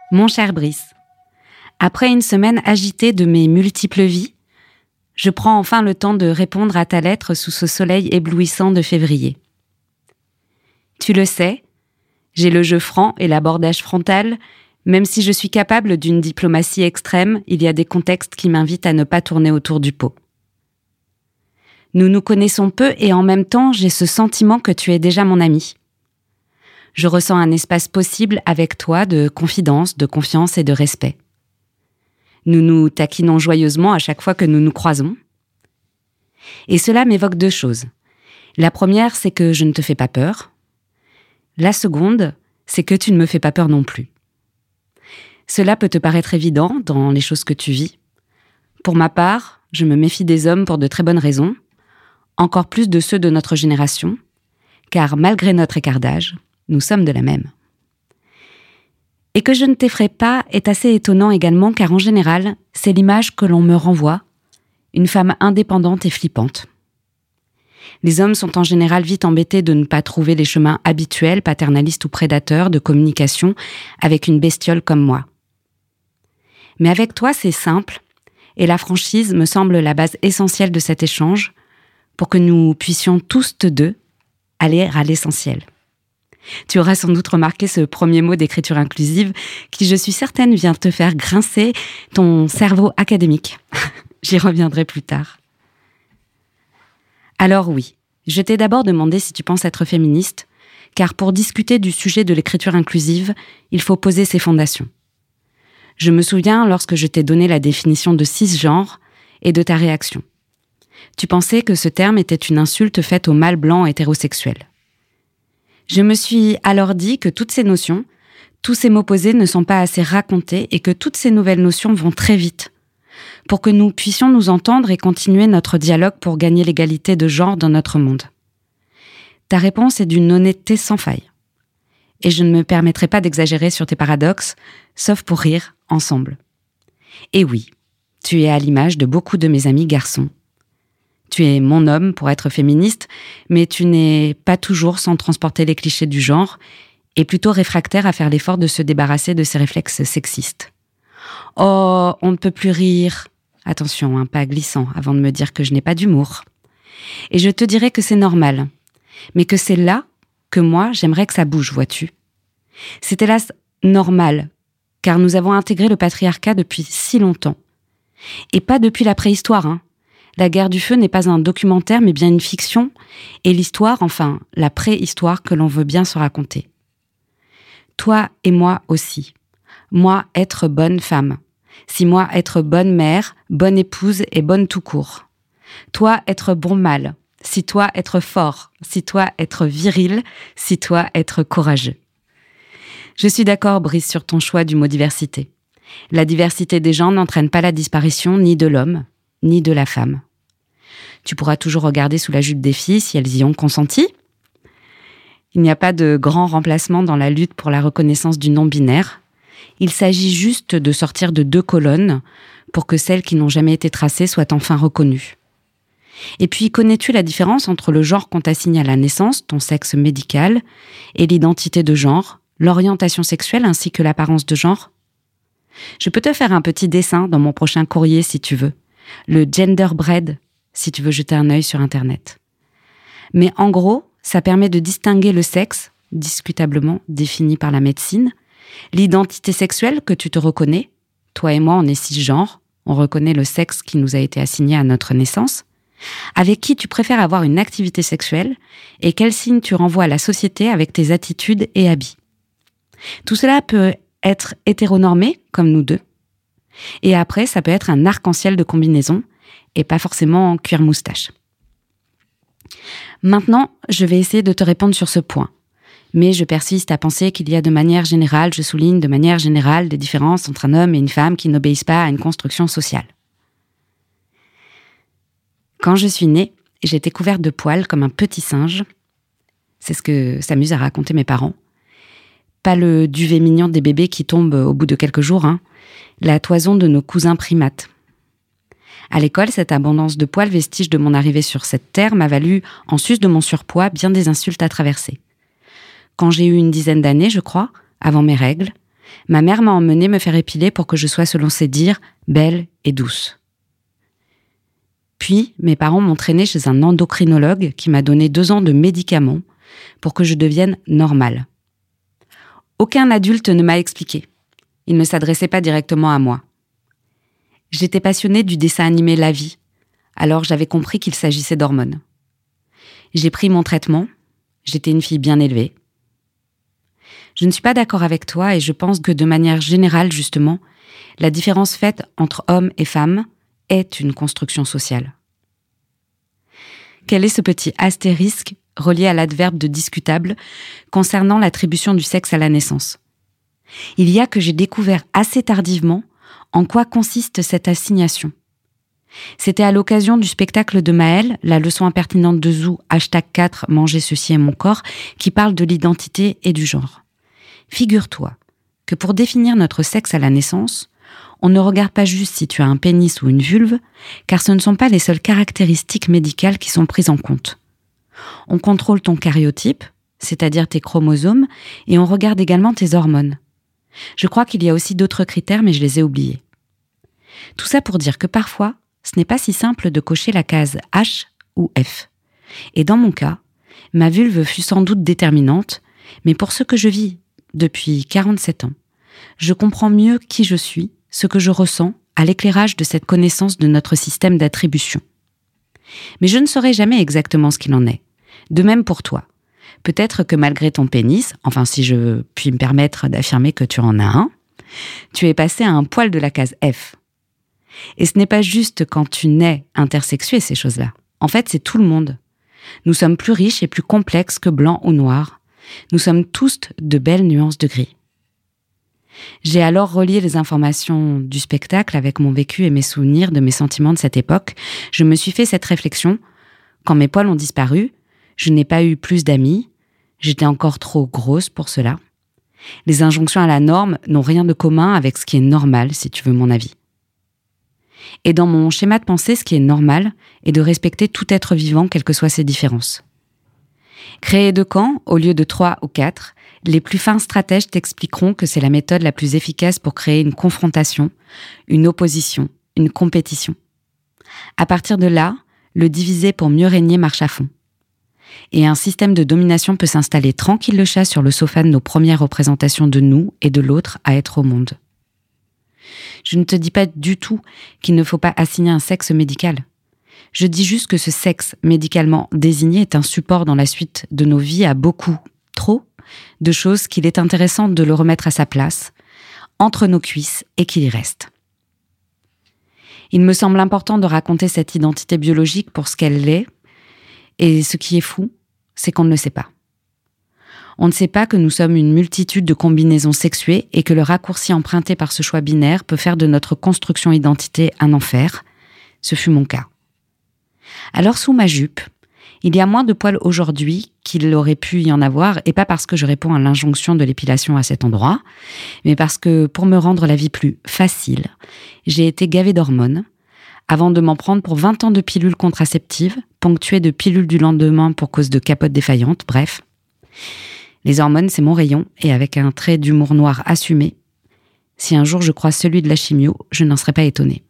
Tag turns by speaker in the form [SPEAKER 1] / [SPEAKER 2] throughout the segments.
[SPEAKER 1] Mon cher Brice, après une semaine agitée de mes multiples vies, je prends enfin le temps de répondre à ta lettre sous ce soleil éblouissant de février. Tu le sais, j'ai le jeu franc et l'abordage frontal, même si je suis capable d'une diplomatie extrême, il y a des contextes qui m'invitent à ne pas tourner autour du pot. Nous nous connaissons peu et en même temps, j'ai ce sentiment que tu es déjà mon ami. Je ressens un espace possible avec toi de confidence, de confiance et de respect. Nous nous taquinons joyeusement à chaque fois que nous nous croisons. Et cela m'évoque deux choses. La première, c'est que je ne te fais pas peur. La seconde, c'est que tu ne me fais pas peur non plus. Cela peut te paraître évident dans les choses que tu vis. Pour ma part, je me méfie des hommes pour de très bonnes raisons, encore plus de ceux de notre génération, car malgré notre écart d'âge, nous sommes de la même. Et que je ne t'effraie pas est assez étonnant également, car en général, c'est l'image que l'on me renvoie, une femme indépendante et flippante. Les hommes sont en général vite embêtés de ne pas trouver les chemins habituels, paternalistes ou prédateurs, de communication avec une bestiole comme moi. Mais avec toi, c'est simple, et la franchise me semble la base essentielle de cet échange, pour que nous puissions tous deux aller à l'essentiel. Tu auras sans doute remarqué ce premier mot d'écriture inclusive qui, je suis certaine, vient te faire grincer ton cerveau académique. J'y reviendrai plus tard. Alors oui, je t'ai d'abord demandé si tu penses être féministe, car pour discuter du sujet de l'écriture inclusive, il faut poser ses fondations. Je me souviens lorsque je t'ai donné la définition de cisgenre et de ta réaction. Tu pensais que ce terme était une insulte faite aux mâles blancs hétérosexuels. Je me suis alors dit que toutes ces notions, tous ces mots posés ne sont pas assez racontés et que toutes ces nouvelles notions vont très vite, pour que nous puissions nous entendre et continuer notre dialogue pour gagner l'égalité de genre dans notre monde. Ta réponse est d'une honnêteté sans faille. Et je ne me permettrai pas d'exagérer sur tes paradoxes, sauf pour rire ensemble. Et oui, tu es à l'image de beaucoup de mes amis garçons. Tu es mon homme pour être féministe, mais tu n'es pas toujours sans transporter les clichés du genre et plutôt réfractaire à faire l'effort de se débarrasser de ces réflexes sexistes. Oh, on ne peut plus rire. Attention, pas glissant, avant de me dire que je n'ai pas d'humour. Et je te dirais que c'est normal, mais que c'est là que moi, j'aimerais que ça bouge, vois-tu. C'est hélas normal, car nous avons intégré le patriarcat depuis si longtemps. Et pas depuis la préhistoire, La guerre du feu n'est pas un documentaire, mais bien une fiction, et l'histoire, enfin, la préhistoire que l'on veut bien se raconter. Toi et moi aussi. Moi, être bonne femme. Si moi, être bonne mère, bonne épouse et bonne tout court. Toi, être bon mâle. Si toi, être fort. Si toi, être viril. Si toi, être courageux. Je suis d'accord, Brice, sur ton choix du mot diversité. La diversité des gens n'entraîne pas la disparition ni de l'homme, ni de la femme. Tu pourras toujours regarder sous la jupe des filles si elles y ont consenti. Il n'y a pas de grand remplacement dans la lutte pour la reconnaissance du non-binaire. Il s'agit juste de sortir de deux colonnes pour que celles qui n'ont jamais été tracées soient enfin reconnues. Et puis, connais-tu la différence entre le genre qu'on t'assigne à la naissance, ton sexe médical, et l'identité de genre, l'orientation sexuelle ainsi que l'apparence de genre ? Je peux te faire un petit dessin dans mon prochain courrier si tu veux. Le genderbread, si tu veux jeter un œil sur Internet. Mais en gros, ça permet de distinguer le sexe, discutablement défini par la médecine, l'identité sexuelle que tu te reconnais. Toi et moi, on est cisgenres, on reconnaît le sexe qui nous a été assigné à notre naissance, avec qui tu préfères avoir une activité sexuelle et quels signes tu renvoies à la société avec tes attitudes et habits. Tout cela peut être hétéronormé, comme nous deux. Et après, ça peut être un arc-en-ciel de combinaisons, et pas forcément cuir-moustache. Maintenant, je vais essayer de te répondre sur ce point. Mais je persiste à penser qu'il y a de manière générale, je souligne de manière générale, des différences entre un homme et une femme qui n'obéissent pas à une construction sociale. Quand je suis née, j'étais couverte de poils comme un petit singe. C'est ce que s'amusent à raconter mes parents. Pas le duvet mignon des bébés qui tombe au bout de quelques jours, la toison de nos cousins primates. À l'école, cette abondance de poils, vestige de mon arrivée sur cette terre, m'a valu, en sus de mon surpoids, bien des insultes à traverser. Quand j'ai eu une 10aine d'années, je crois, avant mes règles, Ma mère m'a emmenée me faire épiler pour que je sois, selon ses dires, belle et douce. Puis, mes parents m'ont traînée chez un endocrinologue qui m'a donné 2 ans de médicaments pour que je devienne normale. Aucun adulte ne m'a expliqué. Il ne s'adressait pas directement à moi. J'étais passionnée du dessin animé La Vie, alors j'avais compris qu'il s'agissait d'hormones. J'ai pris mon traitement, j'étais une fille bien élevée. Je ne suis pas d'accord avec toi et je pense que de manière générale, justement, la différence faite entre hommes et femmes est une construction sociale. Quel est ce petit astérisque relié à l'adverbe de discutable concernant l'attribution du sexe à la naissance ? Il y a que j'ai découvert assez tardivement en quoi consiste cette assignation. C'était à l'occasion du spectacle de Maëlle, la leçon impertinente de Zou, #4, manger ceci est mon corps, qui parle de l'identité et du genre. Figure-toi que pour définir notre sexe à la naissance, on ne regarde pas juste si tu as un pénis ou une vulve, car ce ne sont pas les seules caractéristiques médicales qui sont prises en compte. On contrôle ton karyotype, c'est-à-dire tes chromosomes, et on regarde également tes hormones. Je crois qu'il y a aussi d'autres critères, mais je les ai oubliés. Tout ça pour dire que parfois, ce n'est pas si simple de cocher la case H ou F. Et dans mon cas, ma vulve fut sans doute déterminante, mais pour ce que je vis depuis 47 ans, je comprends mieux qui je suis, ce que je ressens, à l'éclairage de cette connaissance de notre système d'attribution. Mais je ne saurai jamais exactement ce qu'il en est. De même pour toi. Peut-être que malgré ton pénis, enfin si je puis me permettre d'affirmer que tu en as un, tu es passé à un poil de la case F. Et ce n'est pas juste quand tu nais intersexué ces choses-là. En fait, c'est tout le monde. Nous sommes plus riches et plus complexes que blanc ou noir. Nous sommes tous de belles nuances de gris. J'ai alors relié les informations du spectacle avec mon vécu et mes souvenirs de mes sentiments de cette époque. Je me suis fait cette réflexion. Quand mes poils ont disparu, je n'ai pas eu plus d'amis. J'étais encore trop grosse pour cela. Les injonctions à la norme n'ont rien de commun avec ce qui est normal, si tu veux mon avis. Et dans mon schéma de pensée, ce qui est normal est de respecter tout être vivant, quelles que soient ses différences. Créer 2 camps, au lieu de 3 ou 4, les plus fins stratèges t'expliqueront que c'est la méthode la plus efficace pour créer une confrontation, une opposition, une compétition. À partir de là, le diviser pour mieux régner marche à fond. Et un système de domination peut s'installer tranquille le chat sur le sofa de nos premières représentations de nous et de l'autre à être au monde. Je ne te dis pas du tout qu'il ne faut pas assigner un sexe médical. Je dis juste que ce sexe médicalement désigné est un support dans la suite de nos vies à beaucoup, trop, de choses qu'il est intéressant de le remettre à sa place, entre nos cuisses et qu'il y reste. Il me semble important de raconter cette identité biologique pour ce qu'elle est, et ce qui est fou, c'est qu'on ne le sait pas. On ne sait pas que nous sommes une multitude de combinaisons sexuées et que le raccourci emprunté par ce choix binaire peut faire de notre construction identité un enfer. Ce fut mon cas. Alors sous ma jupe, il y a moins de poils aujourd'hui qu'il aurait pu y en avoir, et pas parce que je réponds à l'injonction de l'épilation à cet endroit, mais parce que pour me rendre la vie plus facile, j'ai été gavée d'hormones, avant de m'en prendre pour 20 ans de pilules contraceptives, ponctuées de pilules du lendemain pour cause de capotes défaillantes, bref. Les hormones, c'est mon rayon, et avec un trait d'humour noir assumé, si un jour je croise celui de la chimio, je n'en serais pas étonnée.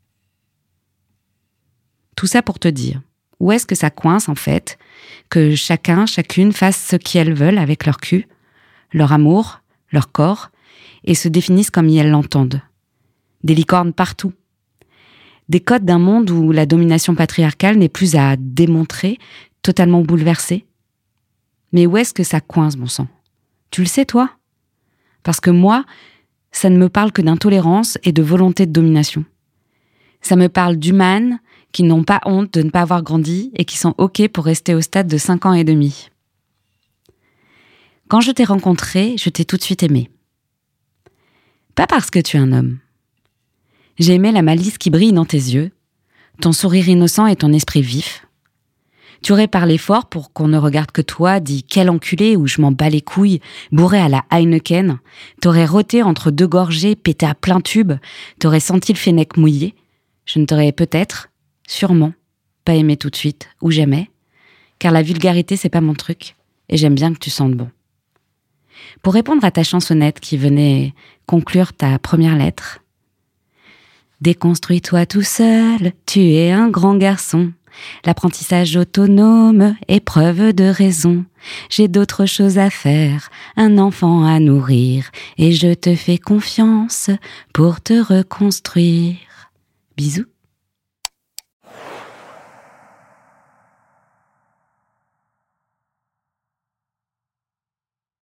[SPEAKER 1] Tout ça pour te dire, où est-ce que ça coince en fait, que chacun, chacune fasse ce qu'elles veulent avec leur cul, leur amour, leur corps, et se définissent comme elles l'entendent. Des licornes partout. Des codes d'un monde où la domination patriarcale n'est plus à démontrer, totalement bouleversée. Mais où est-ce que ça coince, bon sang ? Tu le sais, toi ? Parce que moi, ça ne me parle que d'intolérance et de volonté de domination. Ça me parle d'humanes qui n'ont pas honte de ne pas avoir grandi et qui sont OK pour rester au stade de 5 ans et demi. Quand je t'ai rencontré, je t'ai tout de suite aimé. Pas parce que tu es un homme. J'ai aimé la malice qui brille dans tes yeux, ton sourire innocent et ton esprit vif. Tu aurais parlé fort pour qu'on ne regarde que toi, dit « quel enculé » ou « je m'en bats les couilles », bourré à la Heineken. T'aurais roté entre 2 gorgées, pété à plein tube. T'aurais senti le fennec mouillé. Je ne t'aurais peut-être, sûrement, pas aimé tout de suite, ou jamais, car la vulgarité, c'est pas mon truc, et j'aime bien que tu sentes bon. Pour répondre à ta chansonnette qui venait conclure ta première lettre. Déconstruis-toi tout seul, tu es un grand garçon. L'apprentissage autonome est preuve de raison. J'ai d'autres choses à faire, un enfant à nourrir, et je te fais confiance pour te reconstruire. Bisous.